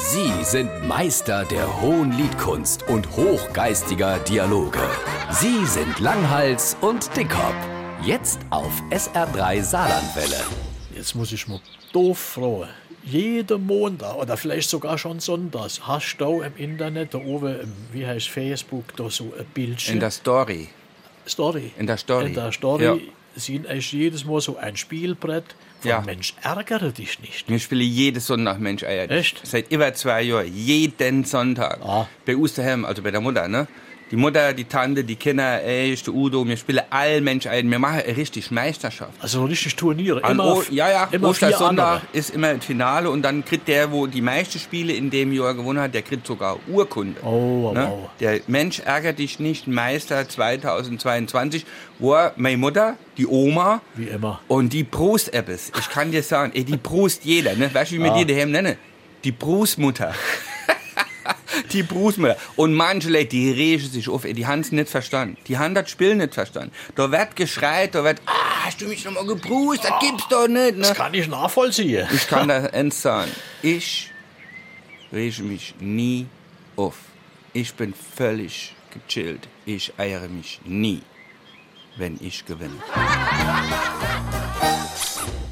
Sie sind Meister der hohen Liedkunst und hochgeistiger Dialoge. Sie sind Langhals und Dickhop. Jetzt auf SR3 Saarlandwelle. Jetzt muss ich mal doof fragen. Jeden Montag oder vielleicht sogar schon sonntags hast du im Internet, da oben, wie heißt Facebook, da so ein Bildchen. In der Story. Story. In der Story. In der Story Ja. sind eigentlich jedes Mal so ein Spielbrett von Ja. Mensch, ärgere dich nicht. Wir spielen jeden Sonntag Mensch Eier. Echt? Seit über 2 Jahren. Jeden Sonntag. Ah. Bei uns daheim, also bei der Mutter, ne? Die Mutter, die Tante, die Kinder, ich, der Udo, wir spielen all Mensch Eier. Wir machen eine richtig Meisterschaft. Also richtig Turniere. An Immer, immer 4 Ostersonntag andere. ist immer das Finale und dann kriegt der, wo die meisten Spiele in dem Jahr gewonnen hat, der kriegt sogar Urkunde. Oh, Ne? wow. Der Mensch ärgert dich nicht Meister 2022 war meine Mutter, die Oma. Wie immer. Und die Brust-Appes. Ich kann dir sagen, ey, die Brust jeder, ne? Weißt du, wie wir die daheim nennen? Die Brustmutter. Die Brustmutter. Und manche Leute, die regen sich auf, ey, die haben es nicht verstanden. Die haben das Spiel nicht verstanden. Da wird geschreit, da wird, hast du mich noch mal gebrust? Das gibt's doch nicht, ne? Das kann ich nachvollziehen. Ich kann das ernst sagen. Ich rege mich nie auf. Ich bin völlig gechillt. Ich eiere mich nie, wenn ich gewinne.